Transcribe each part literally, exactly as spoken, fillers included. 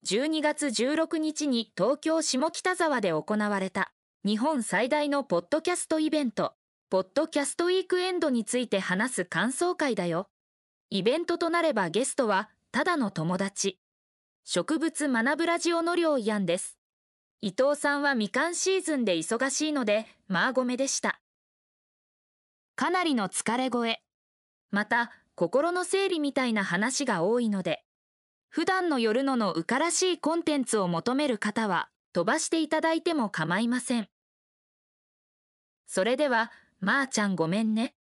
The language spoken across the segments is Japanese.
じゅうにがつじゅうろくにちに東京下北沢で行われた日本最大のポッドキャストイベント、ポッドキャストウィークエンドについて話す感想会だよ。イベントとなればゲストはただの友達。植物学ぶラジオのりょうやんです。伊藤さんはみかんシーズンで忙しいので、まあごめでした。かなりの疲れ声。また、心の整理みたいな話が多いので、普段の夜ののうからしいコンテンツを求める方は飛ばしていただいても構いません。それでは、まーちゃんごめんね。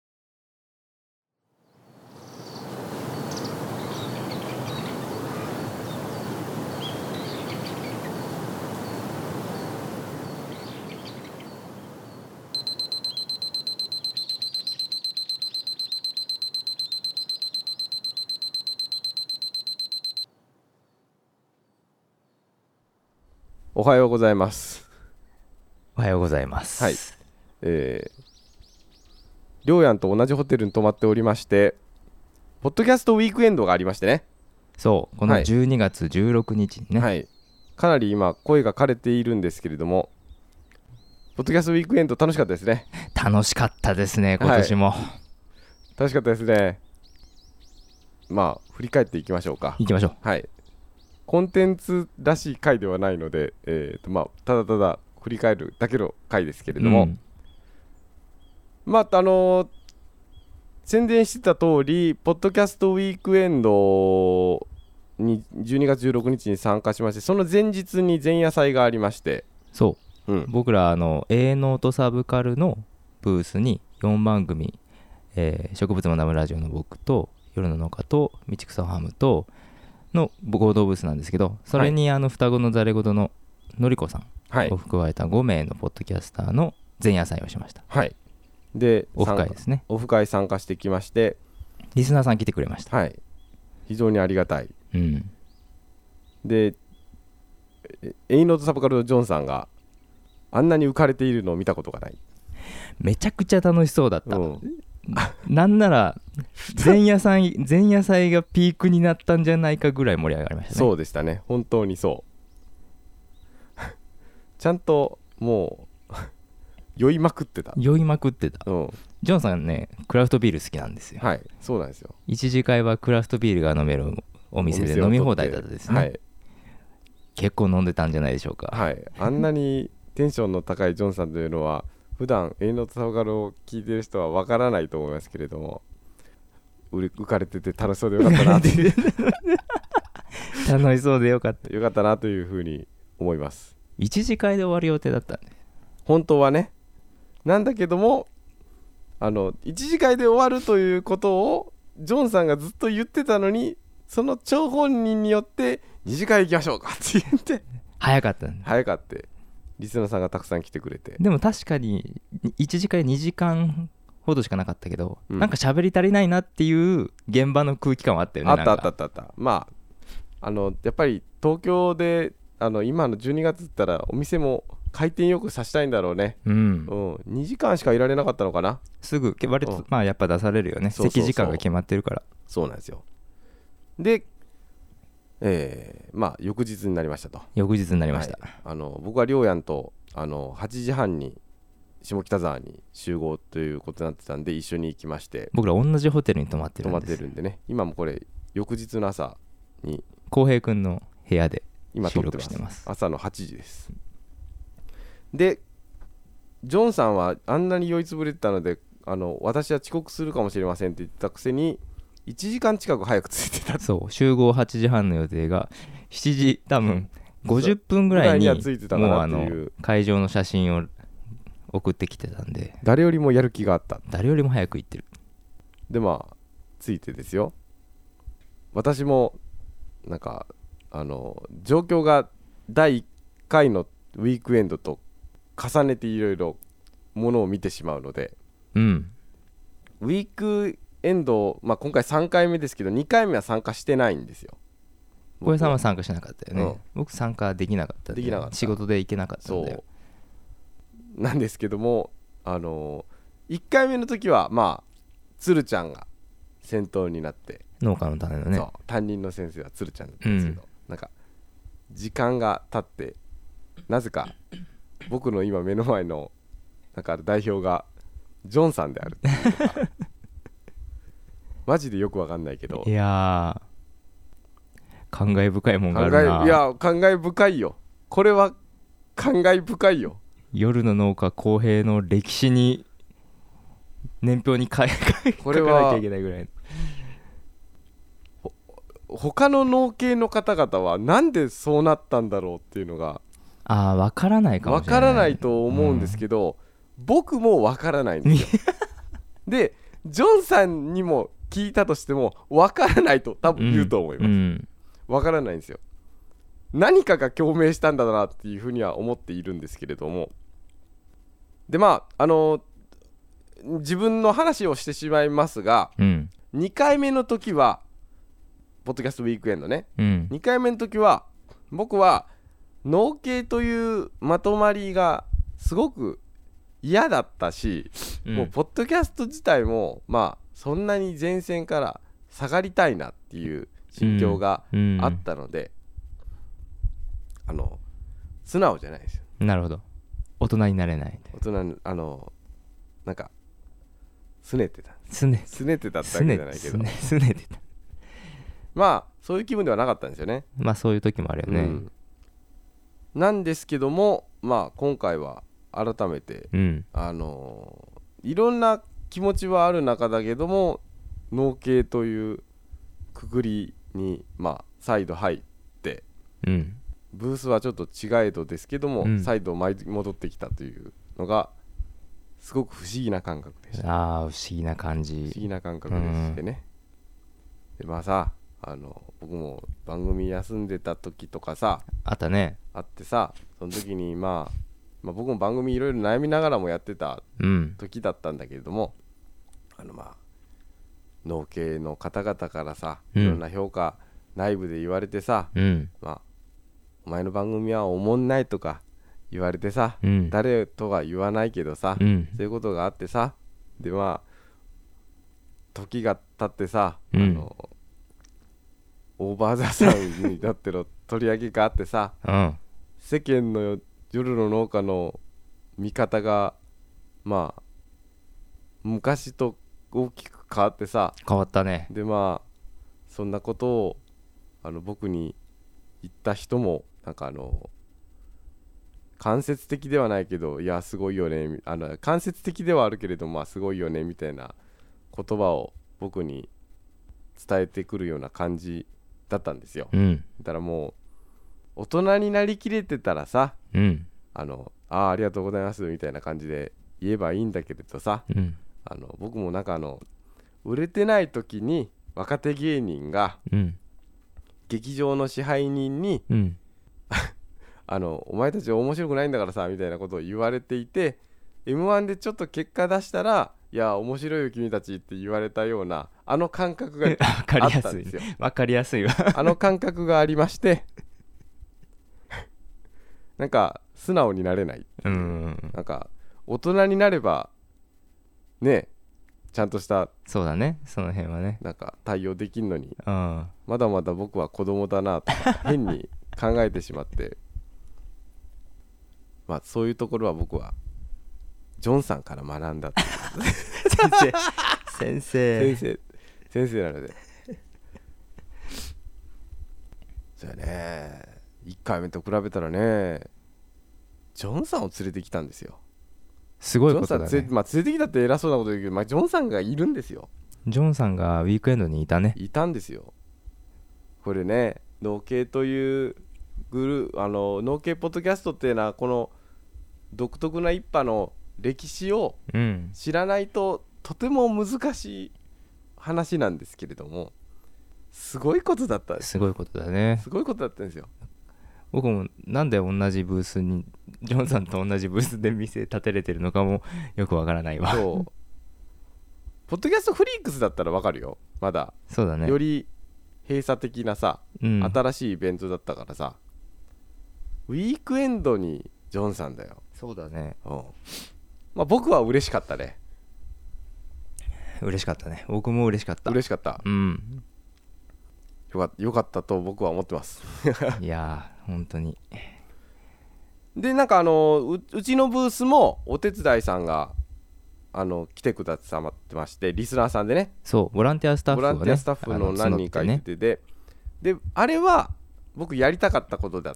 おはようございます。 おはようございます。 はい。えー、りょうやんと同じホテルに泊まっておりまして、ポッドキャストウィークエンドがありましてね。 そう、このじゅうにがつじゅうろくにちにね、 はい。かなり今声が枯れているんですけれども、ポッドキャストウィークエンド楽しかったですね。 楽しかったですね、今年も。はい、 楽しかったですね。まあ振り返っていきましょうか。 いきましょう。 はい。コンテンツらしい回ではないので、えーとまあ、ただただ振り返るだけの回ですけれども、うん、まああのー、宣伝してた通りポッドキャストウィークエンドにじゅうにがつじゅうろくにちに参加しまして、その前日に前夜祭がありまして、 そう、うん、僕らあの A ノートサブカルのブースによんばんぐみ、えー、植物学ぶラジオの僕と夜の農家と道草ファームとの合同ブースなんですけど、それにあの双子のざれ言ののりこさんを加えたごめいのポッドキャスターの前夜祭をしました。 はい。でオフ会ですね。 オフ会参加してきまして、 リスナーさん来てくれました。 はい。非常にありがたい。 うん。 でエイノートサブカルのジョンさんがあんなに浮かれているのを見たことがない。 めちゃくちゃ楽しそうだった。うん、なんなら前夜祭前夜祭がピークになったんじゃないかぐらい盛り上がりましたね。 そうでしたね、本当にそうちゃんともう酔いまくってた酔いまくってた、 うん、 ジョンさんねクラフトビール好きなんですよ。 はい、そうなんですよ。 一次会はクラフトビールが飲めるお店で飲み放題だったですね、はい、結構飲んでたんじゃないでしょうか。 はい、あんなにテンションの高いジョンさんというのは普段エイノートサブカルを聞いてる人はわからないと思いますけれども、浮かれてて楽しそうでよかったなっていう楽しそうでよかったよかったなというふうに思います。 一次会で終わる予定だったんで本当はね、なんだけどもあの一次会で終わるということをジョンさんがずっと言ってたのに、その張本人によって二次会行きましょうかって言って早かったんで早かったリスナーさんがたくさん来てくれて、 でも確かにいちじかんにじかんほどしかなかったけど、うん、なんか喋り足りないなっていう現場の空気感はあったよね。 あったあったあったあった。まああのやっぱり東京であの今のじゅうにがつって言ったらお店も回転よくさせたいんだろうね、 うんうん、にじかんしかいられなかったのかな。 すぐ割と、うん、まあやっぱ出されるよね。そうそうそう、席時間が決まってるから。 そうなんですよ。でえー、まあ翌日になりましたと。 翌日になりました、 はい、あの僕はりょうやんとあのはちじはんに下北沢に集合ということになってたんで一緒に行きまして、 僕ら同じホテルに泊まってるんです。 泊まってるんでね、今もこれ翌日の朝に浩平くんの部屋で今収録してます。 朝のはちじです。でジョンさんはあんなに酔いつぶれてたので、あの私は遅刻するかもしれませんって言ったくせにいちじかん近く早く着いてた。 そう、集合はちじはんの予定がしちじ多分ごじゅっぷんぐらいには着いてたかなっていう、 もうあの会場の写真を送ってきてたんで、 誰よりもやる気があった。 誰よりも早く行ってる。 でまあ着いてですよ、私もなんかあの状況がだいいっかいのウィークエンドと重ねていろいろものを見てしまうので、 うん、 ウィークエンド、まあ、今回さんかいめですけどにかいめは参加してないんですよ。 小江さんは参加しなかったよね、うん、僕参加できなかったんで、 できなかった、 仕事で行けなかったんだよ。 そうなんですけども、あのー、いっかいめの時はまあ鶴ちゃんが先頭になって、 農家の種のね、 そう担任の先生は鶴ちゃんだったんですけど、うん、なんか時間が経ってなぜか僕の今目の前のなんか代表がジョンさんであるっていうのがマジでよくわかんないけど、 いやー感慨深いもんがあるな。 感慨いや感慨深いよ。これは感慨深いよ。 夜の農家公平の歴史に年表に書いこれは書かなきゃいけないぐらい。 他の農系の方々はなんでそうなったんだろうっていうのがああ分からないかもしれない。 分からないと思うんですけど、うん、僕も分からないんですよでジョンさんにも聞いたとしても分からないと多分言うと思います、うんうん、分からないんですよ。何かが共鳴したんだなっていうふうには思っているんですけれども、でまああの自分の話をしてしまいますが、うん、にかいめの時はポッドキャストウィークエンドね、うん、にかいめの時は僕は農系というまとまりがすごく嫌だったし、うん、もうポッドキャスト自体もまあそんなに前線から下がりたいなっていう心境があったので、うんうん、あの素直じゃないですよ。 なるほど。大人になれない。 大人にあのなんかすねてたすねすねてたってわけじゃないけど、 すねてた。 まあそういう気分ではなかったんですよね。 まあそういう時もあるよね、うん、 なんですけどもまあ今回は改めて、うん、あのー、いろんな気持ちはある中だけども農系というくくりにまあ再度入って、うん、ブースはちょっと違えどですけども、うん、再度舞い戻ってきたというのがすごく不思議な感覚でした。 ああ不思議な感じ。 不思議な感覚でしてね、うん、でまあさあの僕も番組休んでた時とかさあったねあってさ、その時に、まあ、まあ僕も番組いろいろ悩みながらもやってた時だったんだけれども、うん、あのまあ農系の方々からさ、うん、いろんな評価内部で言われてさ、うん、まあお前の番組はおもんないとか言われてさ、うん、誰とは言わないけどさ、うん、そういうことがあってさ、でまあ時が経ってさ、うん、あのオーバーザさんになっての取り上げがあってさ、うん、世間の夜の農家の見方がまあ昔と大きく変わってさ、 変わったね。 でまあそんなことをあの僕に言った人もなんかあの間接的ではないけどいやすごいよね、あの間接的ではあるけれどまあすごいよねみたいな言葉を僕に伝えてくるような感じだったんですよ、うん、だからもう大人になりきれてたらさ、うん、あのあーありがとうございますみたいな感じで言えばいいんだけれどさ、うん、あの僕もなんかあの売れてない時に若手芸人が、うん、劇場の支配人に、うん、あのお前たち面白くないんだからさみたいなことを言われていて エムワン でちょっと結果出したらいや面白いよ君たちって言われたようなあの感覚があったんですよ。 わかりやすいわあの感覚がありましてなんか素直になれない、うん、なんか大人になればねちゃんとしたそうだねその辺はねなんか対応できるのに、うん、まだまだ僕は子供だなとか変に考えてしまってまあそういうところは僕はジョンさんから学んだって先生先生先生先生なのでそうやねいっかいめと比べたらねジョンさんを連れてきたんですよ。 すごいことだね。 ジョンさん、まあ、連れてきたって偉そうなこと言うけど、まあ、ジョンさんがいるんですよ。 ジョンさんがウィークエンドにいたね。 いたんですよ。これね農系というグルあの農系ポッドキャストっていうのはこの独特な一派の歴史を知らないととても難しい話なんですけれどもすごいことだったんです。 すごいことだね。 すごいことだったんですよ。 僕もなんで同じブースにジョンさんと同じブースで店立てれてるのかもよくわからないわ。 そうポッドキャストフリークスだったらわかるよまだ。 そうだね。 より閉鎖的なさ、うん、新しいイベントだったからさウィークエンドにジョンさんだよ。 そうだね、 うんまあ、僕は嬉しかったね。 嬉しかったね。僕も嬉しかった。 嬉しかった、うん、よかった、よかったと僕は思ってますいや本当に。 でなんかあの う, うちのブースもお手伝いさんがあの来てくださってまして、リスナーさんでね、 そうボランティアスタッフをね、 ボランティアスタッフの何人かいててで、であれは僕やりたかったことだって、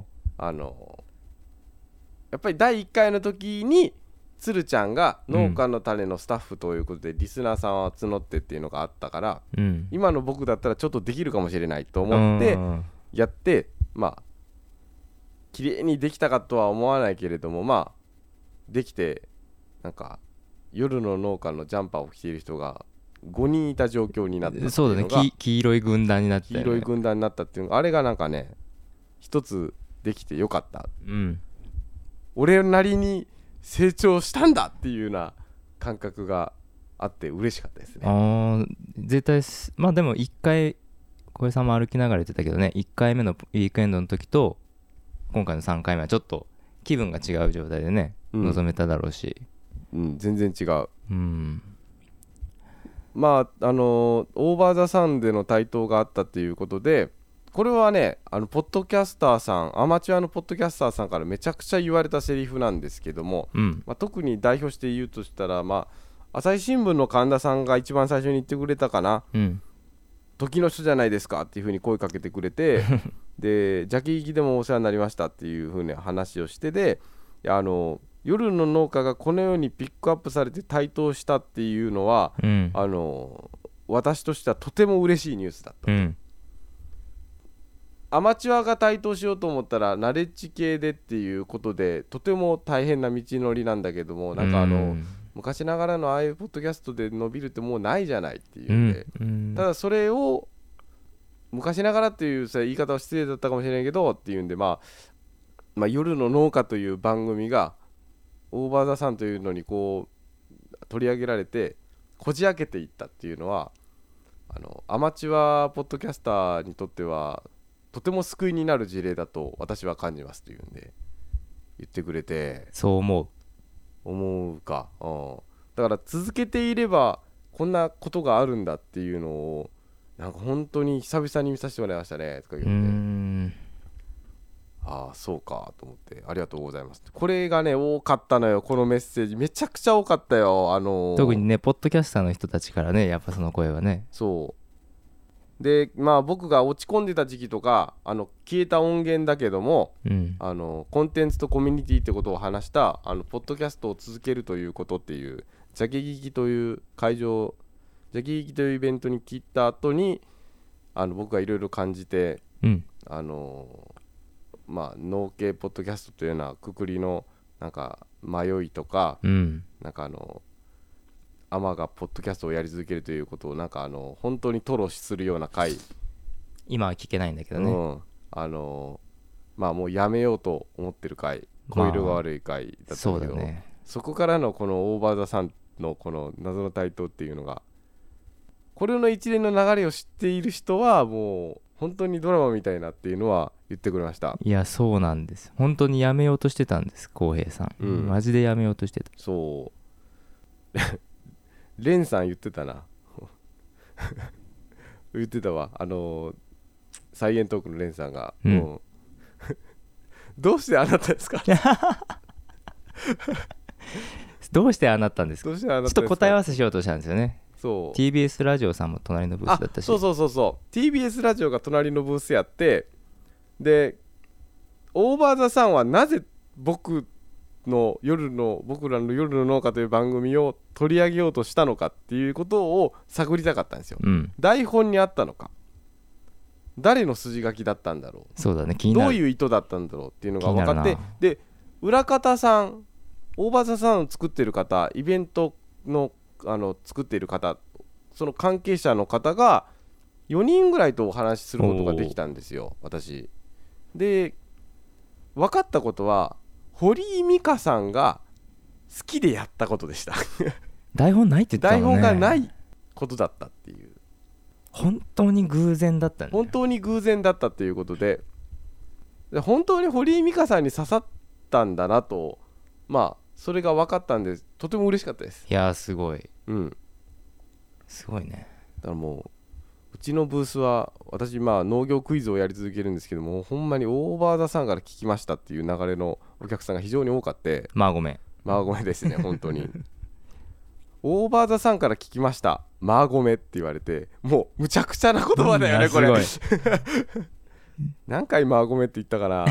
あのやっぱりだいいっかいの時につるちゃんが農家の種のスタッフということで、うん、リスナーさんを募ってっていうのがあったから、うん、今の僕だったらちょっとできるかもしれないと思ってやって、まあ綺麗にできたかとは思わないけれども、まあできて、なんか夜の農家のジャンパーを着ている人がごにんいた状況になったっていうのが、 そうだね、き黄色い軍団になった、ね、 黄色い軍団になったっていうのが、あれがなんかね一つできてよかった、うん、俺なりに成長したんだっていうような感覚があって嬉しかったですね。 あ絶対まあでもいっかい小江さんも歩きながら言ってたけどね、いっかいめのウィークエンドの時と今回のさんかいめはちょっと気分が違う状態でね、うん、臨めただろうし、 うん、全然違う、うん、まああのー、オーバーザサンでの台頭があったっていうことで、これはねあのポッドキャスターさん、アマチュアのポッドキャスターさんからめちゃくちゃ言われたセリフなんですけども、うんまあ、特に代表して言うとしたら、まあ、朝日新聞の神田さんが一番最初に言ってくれたかな、うん、時の人じゃないですかっていう風に声かけてくれてでジャケ行きでもお世話になりましたっていう風に話をしてで、あの夜の農家がこのようにピックアップされて台頭したっていうのは、うん、あの私としてはとても嬉しいニュースだったと、うん、アマチュアが台頭しようと思ったらナレッジ系でっていうことでとても大変な道のりなんだけども、なんかあの、うん、昔ながらのああいうポッドキャストで伸びるってもうないじゃないっていうんで、うん、ただそれを昔ながらっていうさ言い方は失礼だったかもしれないけどっていうんで、まあ、まあ夜の農家という番組がオーバーザさんというのにこう取り上げられてこじ開けていったっていうのは、あのアマチュアポッドキャスターにとってはとても救いになる事例だと私は感じますというんで言ってくれて、 そう思う思うか、うん、だから続けていればこんなことがあるんだっていうのをなんか本当に久々に見させてもらいましたねとか言って、うーんああそうかと思ってありがとうございます。これがね多かったのよ、このメッセージめちゃくちゃ多かったよ、あのー、 特にねポッドキャスターの人たちからね、やっぱその声はね、 そうでまあ僕が落ち込んでた時期とかあの消えた音源だけども、うん、あのコンテンツとコミュニティってことを話したあのポッドキャストを続けるということっていうジャケ聞きという会場ジャケ聞きというイベントに切った後にあの僕がいろいろ感じて、うん、あのまあ農系ポッドキャストというようなくくりのなんか迷いとか、うん、なんかあのアマがポッドキャストをやり続けるということをなんかあの本当に吐露するような回、 今は聞けないんだけどね、うん、 あのまあもうやめようと思ってる回、声色が悪い回だったんだけど、そうだね、そこからのこのオーバーザさんのこの謎の台頭っていうのが、これの一連の流れを知っている人はもう本当にドラマみたいなっていうのは言ってくれました。 いやそうなんです、本当にやめようとしてたんです、浩平さん、うん、マジでやめようとしてた。 そうレンさん言ってたな言ってたわ、あのー、サイエントークのレンさんが、うん、もうどうしてああなったんですかどうしてああなったんですか、ちょっと答え合わせしようとしたんですよね。そう ティービーエス ラジオさんも隣のブースだったし、 そうそうそうそう ティービーエス ラジオが隣のブースやって、でオーバーザさんはなぜ僕の夜の僕らの夜の農家という番組を取り上げようとしたのかっていうことを探りたかったんですよ、うん、台本にあったのか、誰の筋書きだったんだろう、 そうだね、気になる、 どういう意図だったんだろうっていうのが分かって、で裏方さん、オーバーザさんを作ってる方、イベントのあの作っている方、その関係者の方がよにんぐらいとお話しすることができたんですよ、私で。分かったことは堀井美香さんが好きでやったことでした台本ないって言ってたもんね。 台本がないことだったっていう、 本当に偶然だったね。 本当に偶然だったっていうことで、で本当に堀井美香さんに刺さったんだなと、まあそれが分かったんでとても嬉しかったです。 いやーすごい、 うん、 すごいね。 だからもううちのブースは私まあ農業クイズをやり続けるんですけども、ほんまにオーバーザさんから聞きましたっていう流れのお客さんが非常に多かって、 まあごめんまあごめんですね本当にオーバーザさんから聞きましたまあごめんって言われて、もうむちゃくちゃな言葉だよねこれ何回まあごめんって言ったかな。い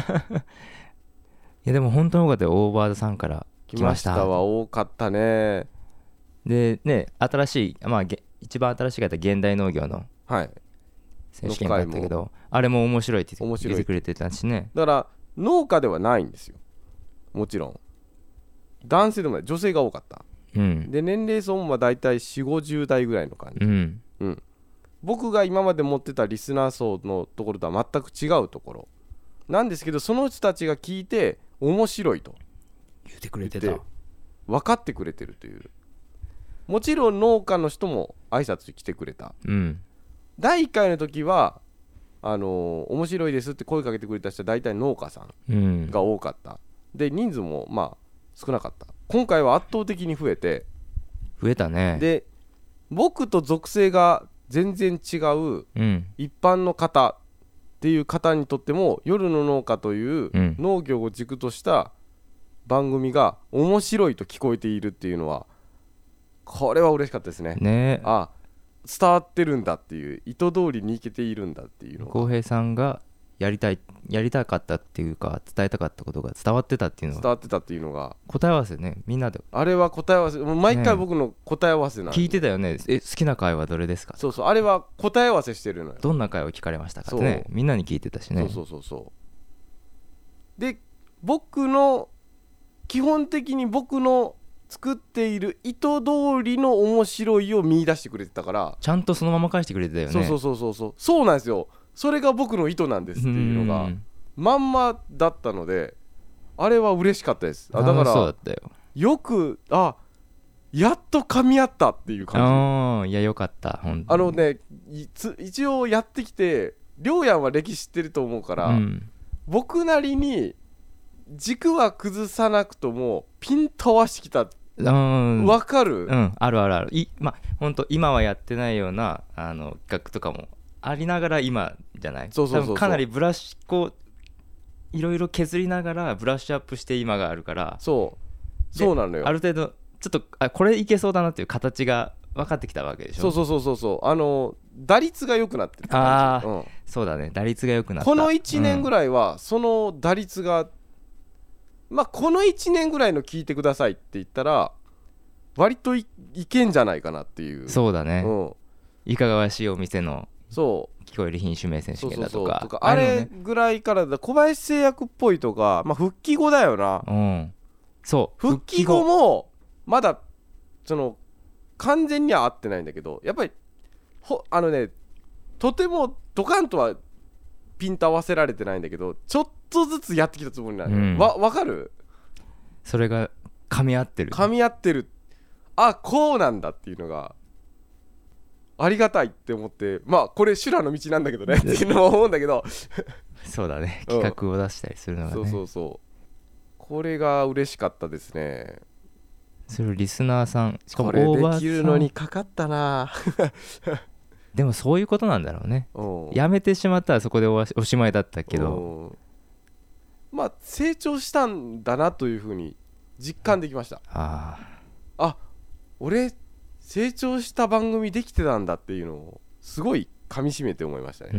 やでも本当に多かったよ。オーバーザさんから来ました。 来ましたは多かったね。 でね、新しい、まあ一番新しい方現代農業の選手権があったけど、はい、あれも面白いって言ってくれてたしね。 だから農家ではないんですよ、もちろん男性でもない、女性が多かった、うん、で年齢層もまあ大体よんじゅうごじゅう代ぐらいの感じ、うんうん、僕が今まで持ってたリスナー層のところとは全く違うところなんですけど、その人たちが聞いて面白いと言ってくれてた、 分かってくれてるという。もちろん農家の人も挨拶に来てくれた、うん、だいいっかいの時はあのー、面白いですって声かけてくれた人は大体農家さんが多かった、うん、で人数もまあ少なかった。今回は圧倒的に増えて増えたね。 で僕と属性が全然違う一般の方っていう方にとっても、夜の農家という農業を軸とした番組が面白いと聞こえているっていうのは、これは嬉しかったですね。 ね、 あ、伝わってるんだっていう、意図通りにいけているんだっていうのが、 浩平さんがやりたいやりたかったっていうか伝えたかったことが伝わってたっていうのが伝わってたっていうのが答え合わせね。みんなであれは答え合わせ、もう毎回僕の答え合わせなんで、 聞いてたよね。え好きな会はどれですか。 そうそう、あれは答え合わせしてるのよ。 どんな会を聞かれましたかってね、みんなに聞いてたしね。 そうそうそうそうで、僕の基本的に僕の作っている意図通りの面白いを見出してくれてたから、 ちゃんとそのまま返してくれてたよね。 そうそうそうそうそう、そうなんですよ。それが僕の意図なんですっていうのがまんまだったので、あれは嬉しかったです。あだからそうだったよ。 よくあやっと噛み合ったっていう感じ。 あいやよかった本当に。 あのねいつ一応やってきて、りょうやんは歴史知ってると思うから、うん、僕なりに軸は崩さなくともピンと合わしてきた。わかる？ うん、あるあるある。いまあ本当今はやってないようなあの企画とかもありながら今じゃない。 そうそうそうそう、 かなりブラシこういろいろ削りながらブラッシュアップして今があるから、 そうそうなのよ。 ある程度ちょっとあこれいけそうだなっていう形が分かってきたわけでしょ。 そうそうそうそうそう、あの打率が良くなってる感じ。 ああ、 うん、 そうだね、打率が良くなった。 このいちねんぐらいはその打率が、うん、まあこのいちねんぐらいの聞いてくださいって言ったら割と い, いけんじゃないかなっていう。 そうだね、うん、いかがわしいお店のそう聞こえる品種名選手権だとか、そうそうそうとかあれぐらいからだ。小林製薬っぽいとか、まあ、復帰後だよな、 うん、そう復帰後もまだその完全には合ってないんだけど、やっぱりほあのねとてもドカンとはピンと合わせられてないんだけど、ちょっとずつやってきたつもりなんだよ、うん、わ分かる？ それが噛み合ってる噛み合ってる。あこうなんだっていうのがありがたいって思って、まあこれ修羅の道なんだけどねっていうのも思うんだけどそうだね、企画を出したりするのがね、 そうそうそう、これが嬉しかったですね。 それをリスナーさん、 しかもオーバーさん、これできるのにかかったなでもそういうことなんだろうね。やめてしまったらそこで お, おしまいだったけど、 まあ成長したんだなというふうに実感できました。ああ俺成長した番組できてたんだっていうのをすごい噛みしめて思いましたね。 うん、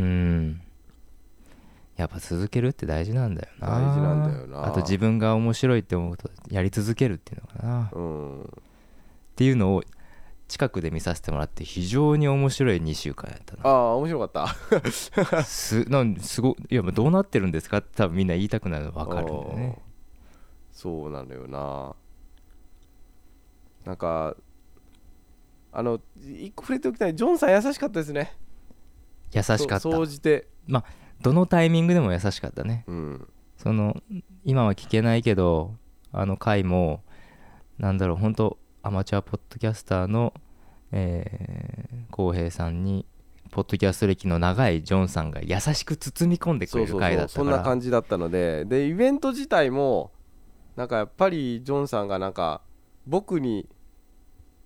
やっぱ続けるって大事なんだよな。 大事なんだよな。 あと自分が面白いって思うとやり続けるっていうのかな、うん、っていうのを近くで見させてもらって非常に面白いにしゅうかんやったな。 ああ面白かったすなんすごいやどうなってるんですかって多分みんな言いたくなるの分かるんだよね。 そうなのよな。なんかあの一個触れておきたい、ジョンさん優しかったですね。 優しかった。 総じてまあどのタイミングでも優しかったね、うん、その今は聞けないけどあの回もなんだろう本当アマチュアポッドキャスターの浩平さんにポッドキャスト歴の長いジョンさんが優しく包み込んでくれる回だったから、 そうそうそう、そんな感じだったので、でイベント自体もなんかやっぱりジョンさんがなんか僕に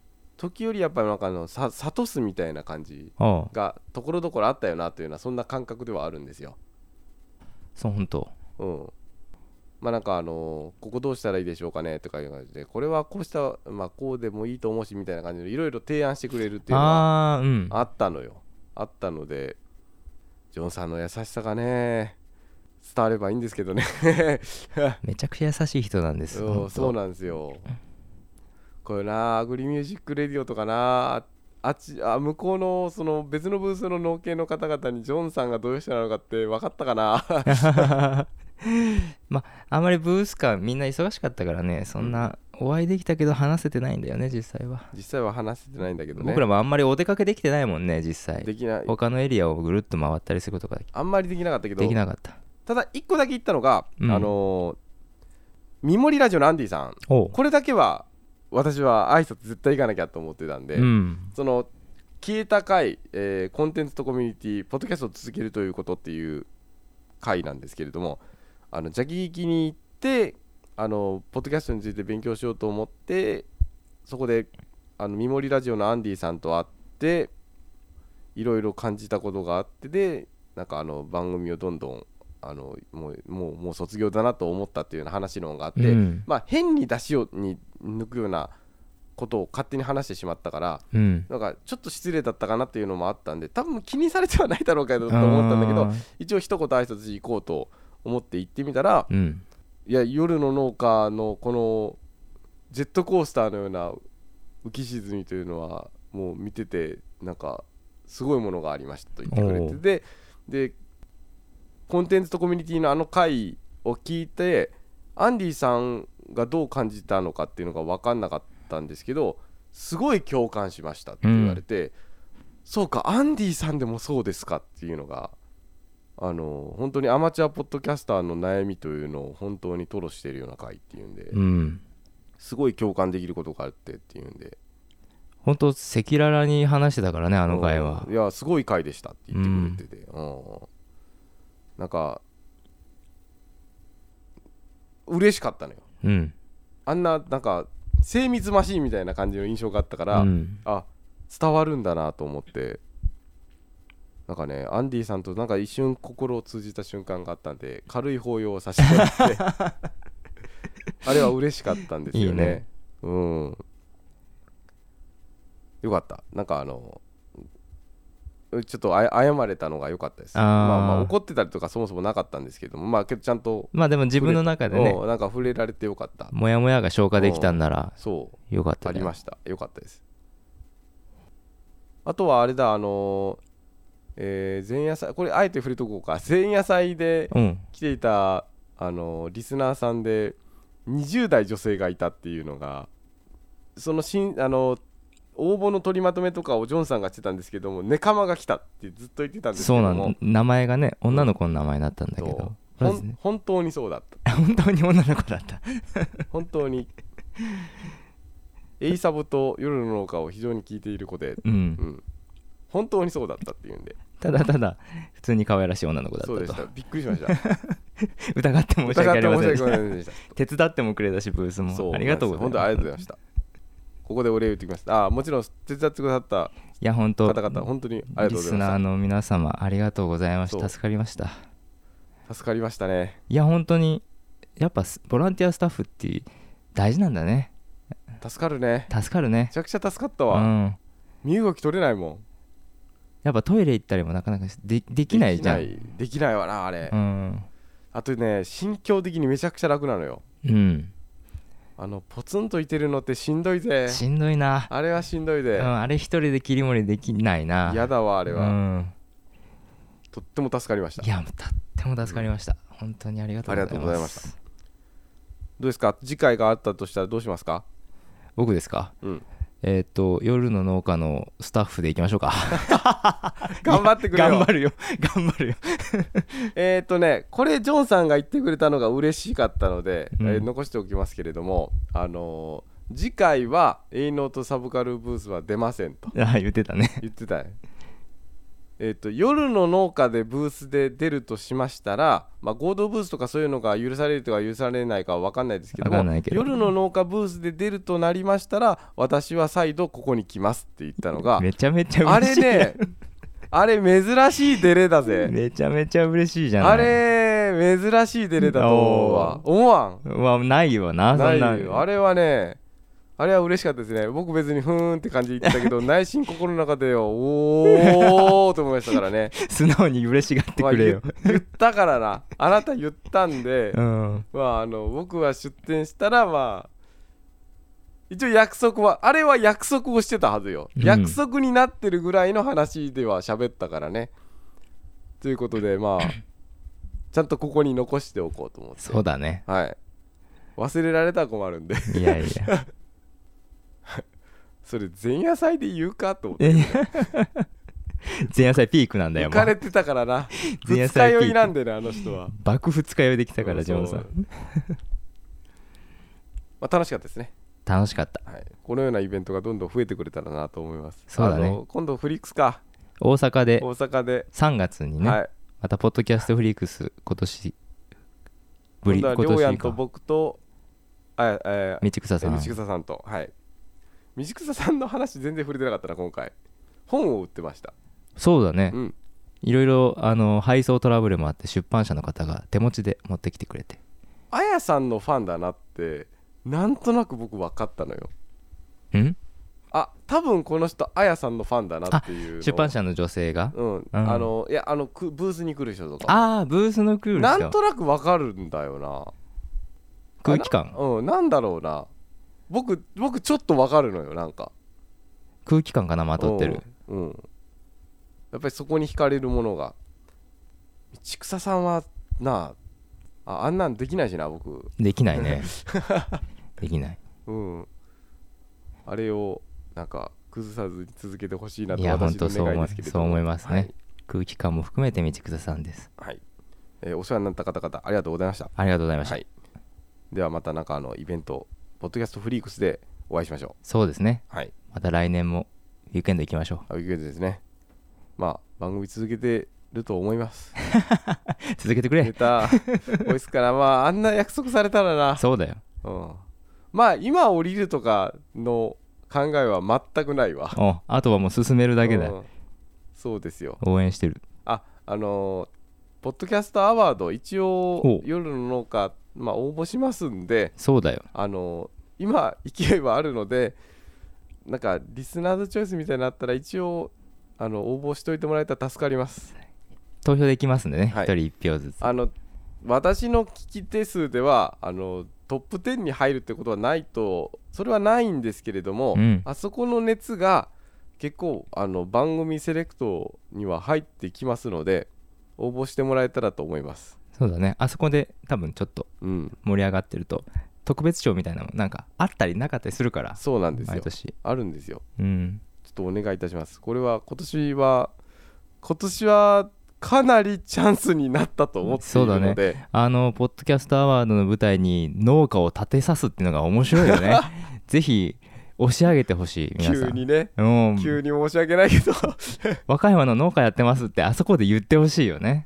時折やっぱりなんかあのさ諭すみたいな感じああがところどころあったよなというのはそんな感覚ではあるんですよ。 そう本当。 うんまあなんかあのここどうしたらいいでしょうかねとかいう感じでこれはこうしたまあこうでもいいと思うしみたいな感じでいろいろ提案してくれるっていうのはああうんあったのよ。あったのでジョンさんの優しさがね伝わればいいんですけどねめちゃくちゃ優しい人なんです。 そうそうなんですよ。これなアグリミュージックレディオとかなあっちあ向こうのその別のブースの農系の方々にジョンさんがどういう人なのかって分かったかなまああんまりブース感みんな忙しかったからねそんなお会いできたけど話せてないんだよね実際は。 実際は話せてないんだけどね。 僕らもあんまりお出かけできてないもんね実際。 できない他のエリアをぐるっと回ったりすることがあんまりできなかったけどできなかった。 ただ一個だけ言ったのが、 うん、 あのー、ミモリラジオのアンディさんおこれだけは私は挨拶絶対行かなきゃと思ってたんで、 うん、 その消えた回、えー、コンテンツとコミュニティポッドキャストを続けるということっていう回なんですけれどもあのジャギギに行ってあのポッドキャストについて勉強しようと思ってそこであのミモリラジオのアンディさんと会っていろいろ感じたことがあってでなんかあの番組をどんどんあのもうもうもう卒業だなと思ったっていうような話のがあって、 うん、 まあ変に出しをに抜くようなことを勝手に話してしまったから、 うん、 なんかちょっと失礼だったかなっていうのもあったんで多分気にされてはないだろうかと思ったんだけど一応一言挨拶し行こうと思って行ってみたら、 うん、 いや夜の農家のこのジェットコースターのような浮き沈みというのはもう見ててなんかすごいものがありましたと言ってくれてででコンテンツとコミュニティのあの回を聞いてアンディさんがどう感じたのかっていうのが分かんなかったんですけどすごい共感しましたって言われて、うん、そうかアンディさんでもそうですかっていうのがあの本当にアマチュアポッドキャスターの悩みというのを本当に吐露しているような回っていうんで、 うん、 すごい共感できることがあってっていうんで本当赤裸々に話してたからねあの回は。 いやすごい回でしたって言ってくれてて、うん、なんか嬉しかったのよ、 うん、 あんななんか精密マシーンみたいな感じの印象があったから、うん、あ伝わるんだなと思ってなんかねアンディさんとなんか一瞬心を通じた瞬間があったんで軽い抱擁をさせてもらってあれは嬉しかったんですよね。いいね、うん、よかった。なんかあのちょっとあ謝れたのが良かったです。あ、まあ、まあ怒ってたりとかそもそもなかったんですけどもまあけどちゃんとまあでも自分の中でねなんか触れられてよかった。 モヤモヤが消化できたんならそうよかった、ね、 ありました。よかったです。あとはあれだあのーえー、前夜祭これあえて触れとこうか前夜祭で来ていた、うん、あのー、リスナーさんでにじゅう代女性がいたっていうのがそのしんあのー応募の取りまとめとかをジョンさんがしてたんですけどもネカマが来たってずっと言ってたんですけどもそうなん名前がね女の子の名前になったんだけど、 うん、ね、本当にそうだった本当に女の子だった本当にエイサブと夜の農家を非常に聞いている子で、うんうん、本当にそうだったっていうんでただただ普通に可愛らしい女の子だったと。 そうでした。びっくりしました疑って申し訳ありませんでしたでした手伝ってもくれたしブースもありがとうございます。 本当にありがとうございました。ここでお礼を言ってきます。あもちろん手伝ってくださったいや本当方々本当にありがとうございました。 リスナーの皆様ありがとうございました。助かりました助かりましたね。 いや本当にやっぱボランティアスタッフって大事なんだね。 助かるね。 助かるね。 めちゃくちゃ助かったわ、うん、身動き取れないもん。 やっぱトイレ行ったりもなかなか で, できないじゃん。 できないできないわなあれ、 うん、あとね心境的にめちゃくちゃ楽なのよ。 うんあのポツンといてるのってしんどいぜ。 しんどいなあれはしんどいぜ、 うん、あれ一人で切り盛りできないな。 やだわあれは、 うん、 とっても助かりました。 いやとっても助かりました、うん、本当にありがとうございます。 ありがとうございました。どうですか次回があったとしたらどうしますか。 僕ですか、 うん、 えっ、ー、と夜の農家のスタッフでいきましょうか頑張ってくれよ。 頑張るよ頑張るよえっとねこれジョンさんが言ってくれたのが嬉しかったので、うん、えー、残しておきますけれどもあのー、次回はエイノートサブカルブースは出ませんとあ言ってたね言ってたねえー、と夜の農家でブースで出るとしましたら、まあ、合同ブースとかそういうのが許されるとか許されないかは分かんないですけども、 わかんないけど夜の農家ブースで出るとなりましたら私は再度ここに来ますって言ったのがめちゃめちゃあ嬉しいれねあれ珍しいデレだぜめちゃめちゃ嬉しいじゃない。 あれ珍しいデレだと思うわ思わんまあないよな、そんな。 ないよあれはねあれは嬉しかったですね。僕別にふーんって感じで言ってたけど内心心の中でよおーと思いましたからね素直に嬉しがってくれよ、 まあ、言, 言ったからなあなた言ったんで、 うんまあ、あの僕は出店したらまあ一応約束はあれは約束をしてたはずよ、うん、約束になってるぐらいの話では喋ったからねということでまあちゃんとここに残しておこうと思って。 そうだね、 はい、忘れられたら困るんでいやいやそれ前夜祭で言うかと思って前夜祭ピークなんだよ。 浮かれてたからな二日酔いなんでねあの人は爆二日酔いできたからジョンさんまあ楽しかったですね。 楽しかった、 はい、このようなイベントがどんどん増えてくれたらなと思います。 そうだね。 あの今度フリックスか大阪で大阪でさんがつにね、はい、またポッドキャストフリックス今年ぶり今度はりょうやんと僕とあえ道草さん道草さんとはい道草さんの話全然触れてなかったな今回。本を売ってました。 そうだね、 うん、 いろいろあの配送トラブルもあって出版社の方が手持ちで持ってきてくれて、 あやさんのファンだなってなんとなく僕分かったのよ。 んあ多分この人あやさんのファンだなっていうの。 出版社の女性が、 うん、うん、あのいやあのブースに来る人とかああブースの来る人なんとなく分かるんだよな空気感。 うんなんだろうな僕僕ちょっと分かるのよなんか空気感かなまとってる。 うん、うん、やっぱりそこに惹かれるものが道草さんはなあ あ, あんなんできないしな僕できないねできない、 うん、あれをなんか崩さずに続けてほしいなといや私の願いですけれども。 そう思いますね、 はい、 空気感も含めて道草さんです。 はい、えー、お世話になった方々ありがとうございました。 ありがとうございました、はい、 ではまたなんかあのイベントポッドキャストフリークスでお会いしましょう。 そうですね、 はい、 また来年もウィークエンド行きましょう。 ウィークエンドですね。まあ番組続けてると思います続けてくれ。 ネタ多いっすからまああんな約束されたらなそうだよ、 うん、まあ今降りるとかの考えは全くないわ。 おあとはもう進めるだけだ、うん、 そうですよ。 応援してる。 ああのー、ポッドキャストアワード一応夜の農家、まあ、応募しますんで。 そうだよ。 あのー、今勢いはあるのでなんかリスナーズチョイスみたいになったら一応あの応募しといてもらえたら助かります。 投票できますんでね、はい、ひとりいち票ずつ。 あの私の聞き手数ではあのトップじゅうに入るってことはないとそれはないんですけれども、うん、あそこの熱が結構あの番組セレクトには入ってきますので応募してもらえたらと思います。 そうだね、あそこで多分ちょっと盛り上がってると、うん、特別賞みたいなのなんかあったりなかったりするから。 そうなんですよ、 毎年あるんですよ、 うん、 ちょっとお願いいたします。これは今年は今年はかなりチャンスになったと思っているので。そうだね、 あのポッドキャストアワードの舞台に農家を立てさすっていうのが面白いよねぜひ押し上げてほしい皆さん。 急にね、 うん、 急に申し訳ないけど和歌山の農家やってますってあそこで言ってほしいよね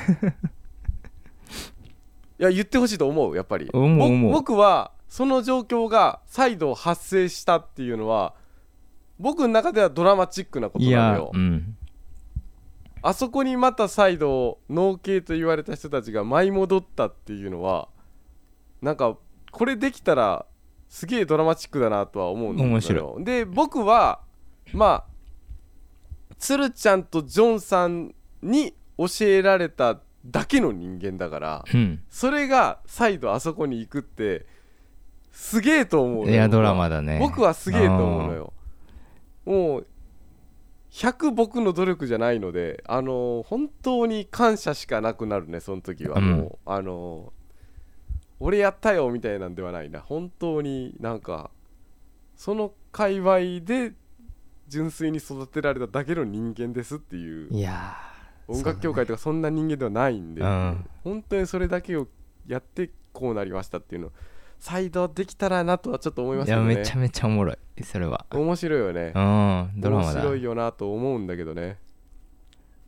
いや言ってほしいと思う。やっぱり思う思う。 僕はその状況が再度発生したっていうのは僕の中ではドラマチックなことなのよ。 いや、うん、 あそこにまた再度農系と言われた人たちが舞い戻ったっていうのはなんかこれできたらすげえドラマチックだなとは思うんだよ。 面白い。 で僕はまあ鶴ちゃんとジョンさんに教えられただけの人間だから、 うん、 それが再度あそこに行くってすげえと思うのよ。 いやドラマだね。 僕はすげえと思うのよ。もうひゃく僕の努力じゃないので、あのー、本当に感謝しかなくなるね。その時はもう、うん、あのー、俺やったよみたいなんではないな。本当になんかその界隈で純粋に育てられただけの人間ですっていう。 いや音楽協会とかそんな人間ではないんで、 うん、 本当にそれだけをやってこうなりましたっていうの再度できたらなとはちょっと思いますけどね。 いやめちゃめちゃおもろい。それは面白いよね。 うん、ドラマだ。 面白いよなと思うんだけどね。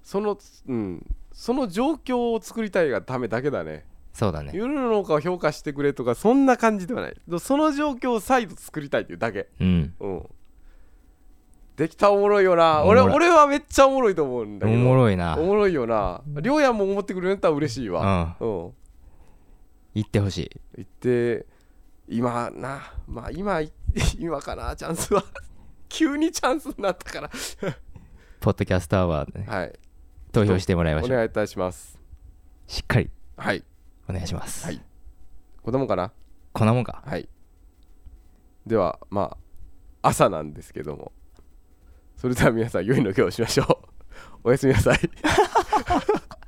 その、うん、その状況を作りたいがためだけだね。 そうだね。 夜の農家を評価してくれとかそんな感じではない。その状況を再度作りたいっていうだけ。 うん、 うん、できたおもろいよな。俺俺はめっちゃおもろいと思うんだけど。 おもろいな。 おもろいよな。りょうやも思ってくれるんやったら嬉しいわ。うん、うん、 言ってほしい。 言って今な、まあ今今かなチャンスは急にチャンスになったからポッドキャストアワードね、 はい、 投票してもらいましょう。 お願いいたします。 しっかりはいお願いします。 はい、こんなもんかな。 こんなもんか。 はい。ではまあ朝なんですけども、それでは皆さん良いの今日しましょう。おやすみなさい